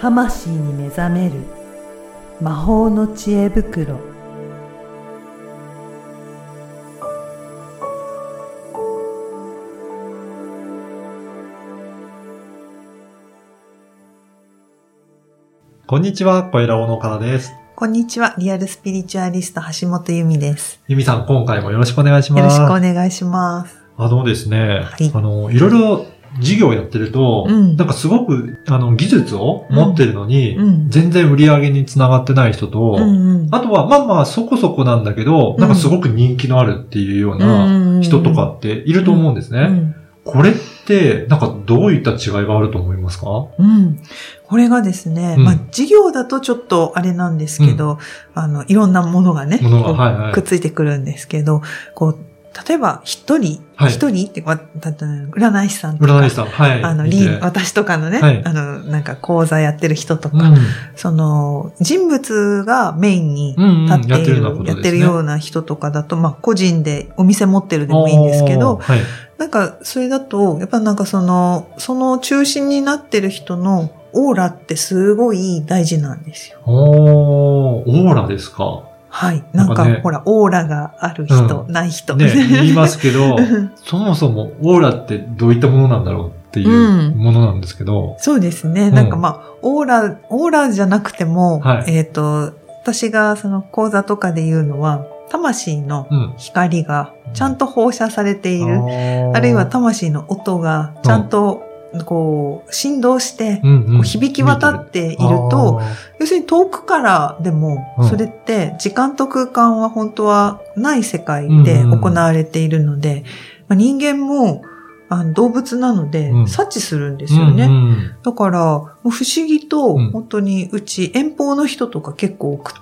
魂に目覚める魔法の知恵袋。 こんにちは、小ラボの岡田です。 こんにちは、リアルスピリチュアリスト橋本由美です。 由美さん、今回もよろしくお願いします。 よろしくお願いします。 ですね、 はい、 いろいろ事業をやってると、なんかすごく、技術を持ってるのに、全然売り上げにつながってない人と、あとは、まあそこそこなんだけど、なんかすごく人気のあるっていうような人とかっていると思うんですね。これって、なんかどういった違いがあると思いますか？ これがですね、事業だとちょっとあれなんですけど、いろんなものがね、くっついてくるんですけど、例えば一人っていうか、占い師さんとか、私とかのね、なんか講座やってる人とか、人物がメインに立っている、やってるような人とかだと、個人でお店持ってるでもいいんですけど、なんか、それだと、やっぱなんかその中心になってる人のオーラってすごい大事なんですよ。 オーラですか？ はい。なんか、ほら、オーラがある人、ない人。 ね、言いますけど、そもそもオーラってどういったものなんだろうっていうものなんですけど。 そうですね。なんかオーラじゃなくても、私がその講座とかで言うのは、魂の光がちゃんと放射されている。あるいは魂の音がちゃんと振動して、響き渡っていると、要するに遠くからでも、それって時間と空間は本当はない世界で行われているので、人間も動物なので察知するんですよね。だから、不思議と本当にうち遠方の人とか結構多くって、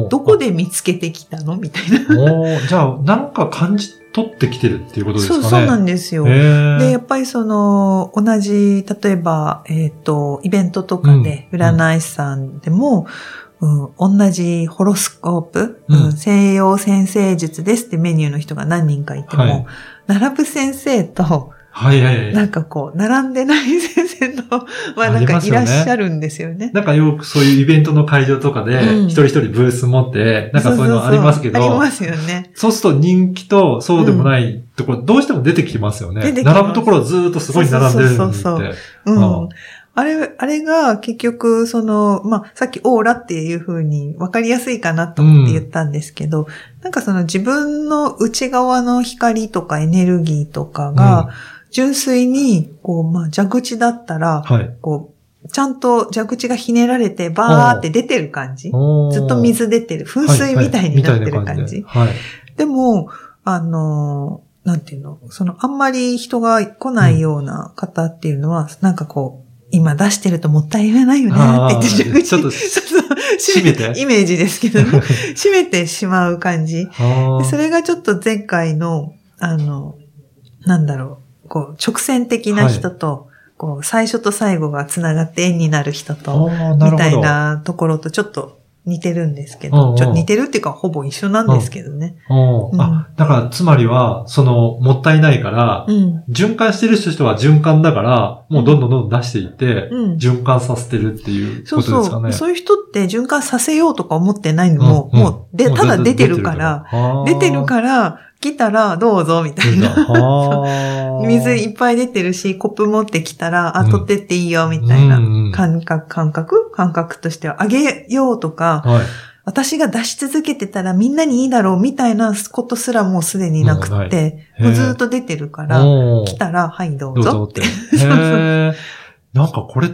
どこで見つけてきたのみたいな。 じゃあ、なんか感じ取ってきてるっていうことですかね。 そうなんですよ。で、やっぱり同じ、例えば、イベントとかで占い師さんでも、同じホロスコープ、西洋占星術ですってメニューの人が何人かいても、並ぶ先生と、なんか並んでない先生のなんかいらっしゃるんですよね。 なんかよくそういうイベントの会場とかで、一人一人ブース持って、なんかそういうのありますけど。 ありますよね。 そうすると人気とそうでもないところ、どうしても出てきますよね。並ぶところずーっとすごい並んでるんで。 あれが結局、さっきオーラっていう風に分かりやすいかなと思って言ったんですけど、なんか自分の内側の光とかエネルギーとかが、純粋に、蛇口だったら、ちゃんと蛇口がひねられて、バーって出てる感じ。ずっと水出てる。噴水みたいになってる感じ。でも、なんていうの、あんまり人が来ないような方っていうのは、なんか今出してるともったいないよねって言って、 ちょっと閉めてイメージですけどね。閉めてしまう感じ。それがちょっと前回の、なんだろう、直線的な人と、最初と最後がつながって円になる人と、みたいなところとちょっと似てるんですけど、似てるっていうかほぼ一緒なんですけどね。 だからつまりは、もったいないから、循環してる人は循環だから、もうどんどん出していって、循環させてるっていうことですかね。 そういう人って循環させようとか思ってないのも、もう、ただ出てるから、来たらどうぞみたいな。水いっぱい出てるし、コップ持ってきたら、取ってっていいよみたいな感覚としては、あげようとか、私が出し続けてたらみんなにいいだろうみたいなことすらもうすでになくって、もうずっと出てるから、来たら、はいどうぞって。 なんかこれって、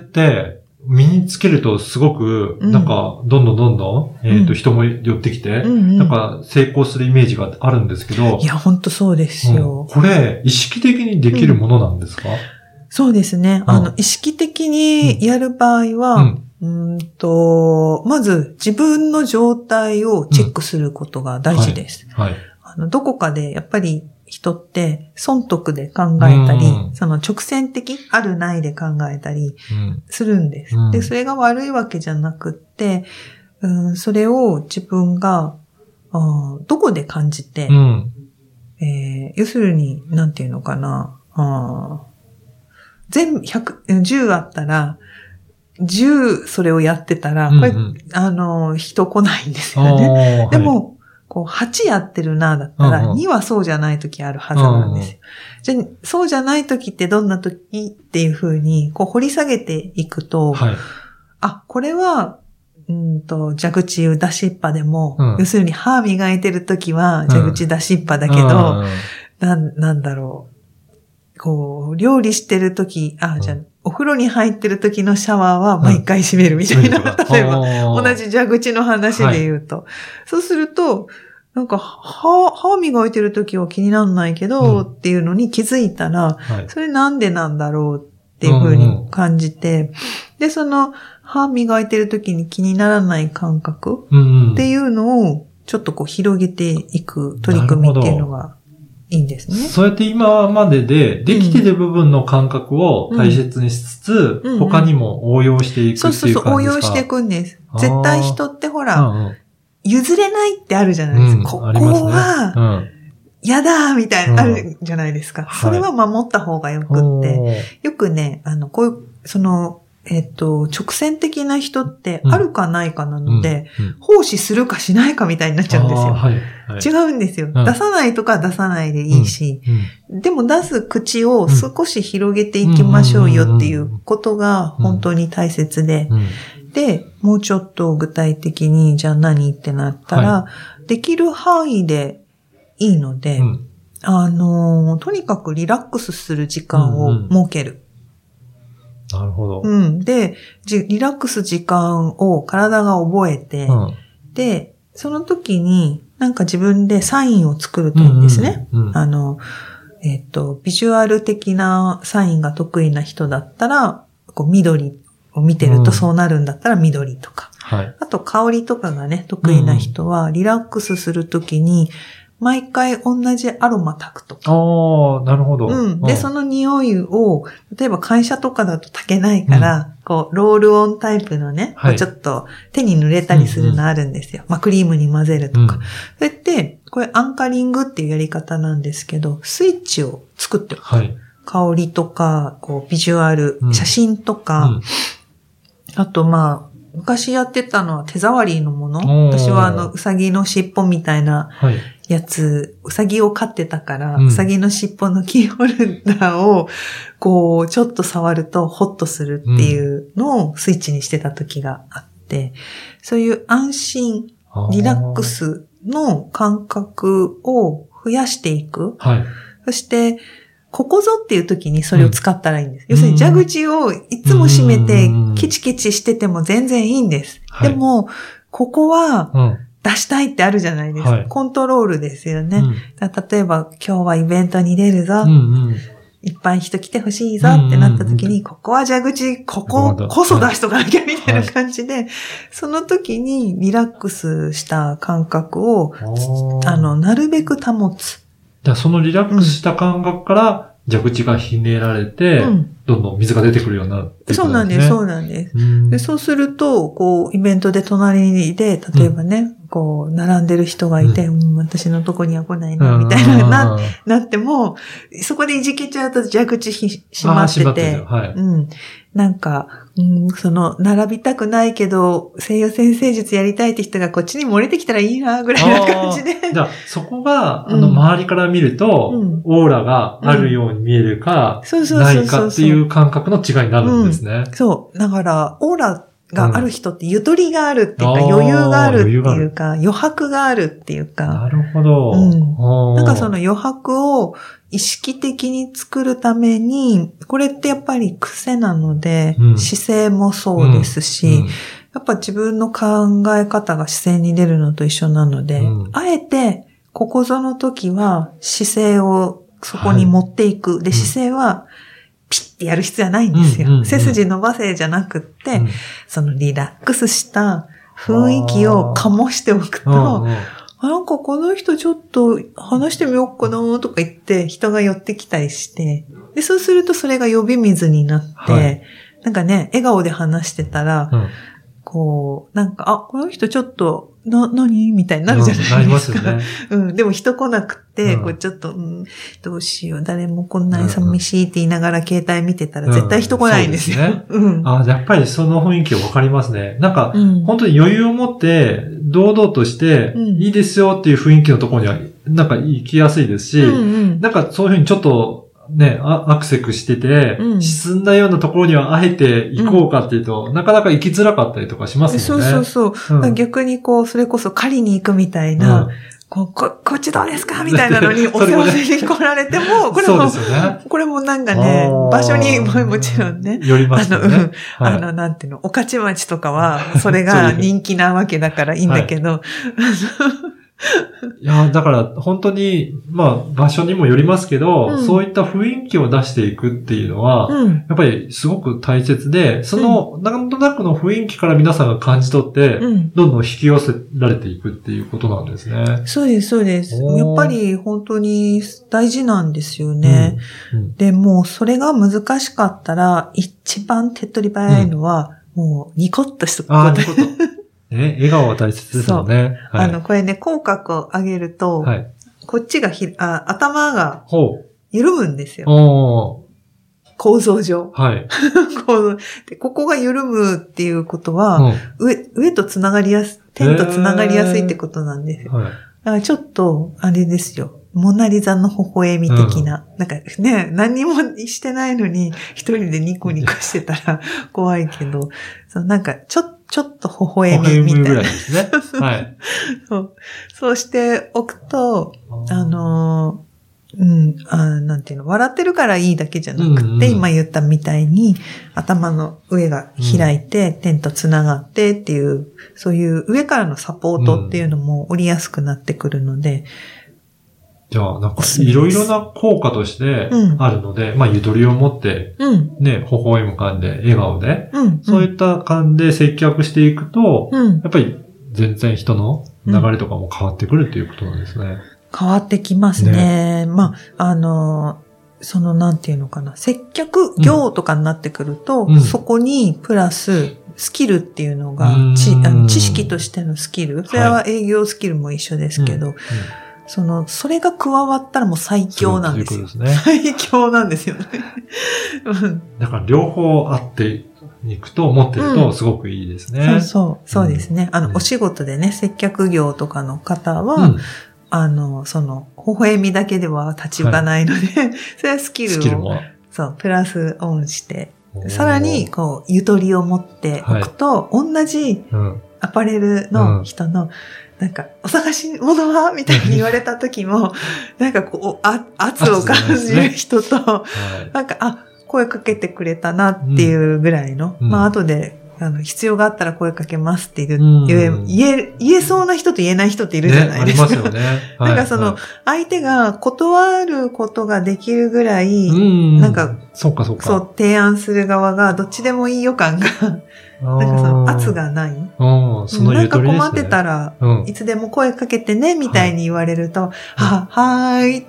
身につけるとすごく、なんか、どんどん、人も寄ってきて、なんか、成功するイメージがあるんですけど。 いや、ほんとそうですよ。 これ、意識的にできるものなんですか？ そうですね。意識的にやる場合は、まず、自分の状態をチェックすることが大事です。どこかで、やっぱり、人って損得で考えたり、直線的、あるないで考えたりするんです。で、それが悪いわけじゃなくって、それを自分が、どこで感じて、要するに、なんていうのかな、全部10あったら、 10それをやってたら、これ、人来ないんですよね。でも、こう、8やってるな、だったら、2はそうじゃない時あるはずなんですよ。じゃあ、そうじゃない時ってどんな時っていう風に、こう、掘り下げていくと、あ、これは、蛇口出しっぱでも、要するに歯磨いてる時は蛇口出しっぱだけど、なんだろう。こう、料理してる時、じゃあ、お風呂に入ってる時のシャワーは毎回閉めるみたいな。例えば、同じ蛇口の話で言うと。そうすると、なんか、歯磨いてる時は気にならないけど、っていうのに気づいたら、それなんでなんだろうっていうふうに感じて、で、その、歯磨いてる時に気にならない感覚っていうのを、ちょっとこう広げていく取り組みっていうのがいいんですね。 そうやって今まででできてる部分の感覚を大切にしつつ、他にも応用していくっていう感じですか？ 応用していくんです。絶対人ってほら、譲れないってあるじゃないですか。ここは、やだーみたいなあるじゃないですか。それは守った方がよくって、よくね、こういう、直線的な人ってあるかないかなので、奉仕するかしないかみたいになっちゃうんですよ。違うんですよ。出さないとか出さないでいいし、でも出す口を少し広げていきましょうよっていうことが本当に大切で、で、もうちょっと具体的にじゃあ何ってなったら、できる範囲でいいので、とにかくリラックスする時間を設ける。 なるほど。 で、リラックス時間を体が覚えて、で、その時になんか自分でサインを作るといいんですね。ビジュアル的なサインが得意な人だったら、こう緑を見てるとそうなるんだったら緑とか。あと香りとかがね、得意な人はリラックスする時に、毎回同じアロマ炊くとか。 なるほど。 で、その匂いを、例えば会社とかだと炊けないから、こう、ロールオンタイプのね、ちょっと手に塗れたりするのあるんですよ。クリームに混ぜるとか。それって、これアンカリングっていうやり方なんですけど、スイッチを作っておく。香りとか、こう、ビジュアル、写真とか、あと昔やってたのは手触りのもの。私はうさぎの尻尾みたいなやつ、うさぎを飼ってたから、うさぎの尻尾のキーホルダーを、こう、ちょっと触るとホッとするっていうのをスイッチにしてた時があって、そういう安心、リラックスの感覚を増やしていく。そして、ここぞっていう時にそれを使ったらいいんです。要するに蛇口をいつも閉めてキチキチしてても全然いいんです。でも、ここは出したいってあるじゃないですか。コントロールですよね。例えば今日はイベントに出るぞ。いっぱい人来てほしいぞってなった時に、ここは蛇口、こここそ出しとかなきゃみたいな感じで、その時にリラックスした感覚を、なるべく保つ。 そのリラックスした感覚から蛇口がひねられて、どんどん水が出てくるようになるっていうことですね。 そうなんです。で、そうすると、こう、イベントで隣で、例えばね、こう、並んでる人がいて、私のとこには来ないな、みたいな、なっても、そこでいじけちゃうと蛇口閉まってて、なんか、並びたくないけど、西洋占星術やりたいって人がこっちに漏れてきたらいいな、ぐらいな感じで。 じゃあ、そこが、周りから見ると、オーラがあるように見えるか、ないかっていう感覚の違いになるんですね。 そう。だから、オーラがある人ってゆとりがあるっていうか、余裕があるっていうか、余白があるっていうか。 なるほど。 なんかその余白を意識的に作るために、これってやっぱり癖なので、姿勢もそうですし、やっぱ自分の考え方が視線に出るのと一緒なので、あえて、ここぞの時は姿勢をそこに持っていく。で、姿勢は、ピッてやる必要はないんですよ。背筋伸ばせじゃなくって、そのリラックスした雰囲気を醸しておくと、なんかこの人ちょっと話してみようかなとか言って人が寄ってきたりして、で、そうするとそれが呼び水になって、なんかね、笑顔で話してたら、 なんか、この人ちょっと、何みたいになるじゃないですか。 なりますよね。 でも人来なくて、ちょっと、どうしよう、誰も来ない、寂しいって言いながら携帯見てたら絶対人来ないんですよ。 やっぱりその雰囲気わかりますね。なんか、本当に余裕を持って、堂々として、いいですよっていう雰囲気のところには、なんか行きやすいですし、なんかそういうふうにちょっと、ね、アクセクしてて、沈んだようなところにはあえて行こうかっていうと、なかなか行きづらかったりとかしますもんね。 そう。逆にそれこそ狩りに行くみたいな、こっちどうですかみたいなのにお世話に来られても、これもなんかね、場所にもちろんね。 よりますよね。 なんていうの、御徒町とかは、それが人気なわけだからいいんだけど、 いや、だから本当に、場所にもよりますけど、そういった雰囲気を出していくっていうのは、やっぱりすごく大切で、その、なんとなくの雰囲気から皆さんが感じ取って、どんどん引き寄せられていくっていうことなんですね。 そうです。やっぱり本当に大事なんですよね。で、もうそれが難しかったら、一番手っ取り早いのは、もうニコッとしとくこと。 ニコッと。笑顔は大切ですよね。 これね、口角を上げると、こっちが頭が緩むんですよ。構造上。で、ここが緩むっていうことは、上とつながりやす、天とつながりやすいってことなんですよ。だからちょっと、あれですよ。モナリザの微笑み的な。なんかね、何もしてないのに、一人でニコニコしてたら怖いけど、なんかちょっと微笑みみたいな。 ぐらいですね。 そうしておくと、なんていうの、笑ってるからいいだけじゃなくて、今言ったみたいに、頭の上が開いて、天とつながってっていう、そういう上からのサポートっていうのも降りやすくなってくるので、 じゃあ、なんか、いろいろな効果としてあるので、ゆとりを持って、ね、微笑む感じで、笑顔で、そういった感じで接客していくと、やっぱり全然人の流れとかも変わってくるっていうことなんですね。 変わってきますね。なんていうのかな、接客業とかになってくると、そこにプラス、スキルっていうのが、知識としてのスキル、それは営業スキルも一緒ですけど、それが加わったらもう最強なんですよ。最強なんですよね。 だから両方あっていくと思ってるとすごくいいですね。 そうですね。お仕事でね、接客業とかの方は、微笑みだけでは立ち行かないので、それはスキルを、プラスオンして、さらに、ゆとりを持っておくと、同じアパレルの人の、なんか、お探し物はみたいに言われた時も、なんか圧を感じる人と、なんか、声かけてくれたなっていうぐらいの、後で、必要があったら声かけますって言えそうな人と言えない人っているじゃないですか。 ありますよね。 なんか相手が断ることができるぐらい、なんか、提案する側がどっちでもいい予感が、なんか圧がない。なんか困ってたら、いつでも声かけてね、みたいに言われると、はーいって、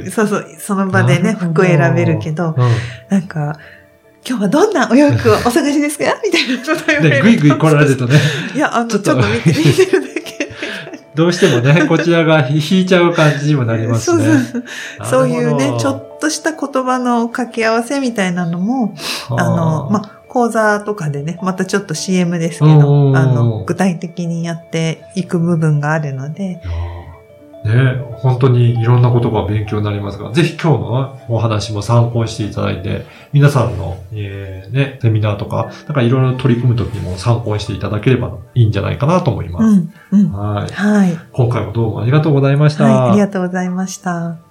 その場でね、服選べるけど、なんか、今日はどんなお洋服をお探しですかみたいなこと言われると。 ぐいぐい来られるとね。 いや、ちょっと見てるだけ。 どうしてもね、こちらが引いちゃう感じにもなりますね。 そういうね、ちょっとした言葉の掛け合わせみたいなのも、講座とかでね、またちょっと CM ですけど、具体的にやっていく部分があるので、 本当にいろんなことが勉強になりますが、ぜひ今日のお話も参考にしていただいて、皆さんの、セミナーとか、なんかいろいろ取り組むときにも参考にしていただければいいんじゃないかなと思います。 はい。 今回もどうもありがとうございました。 ありがとうございました。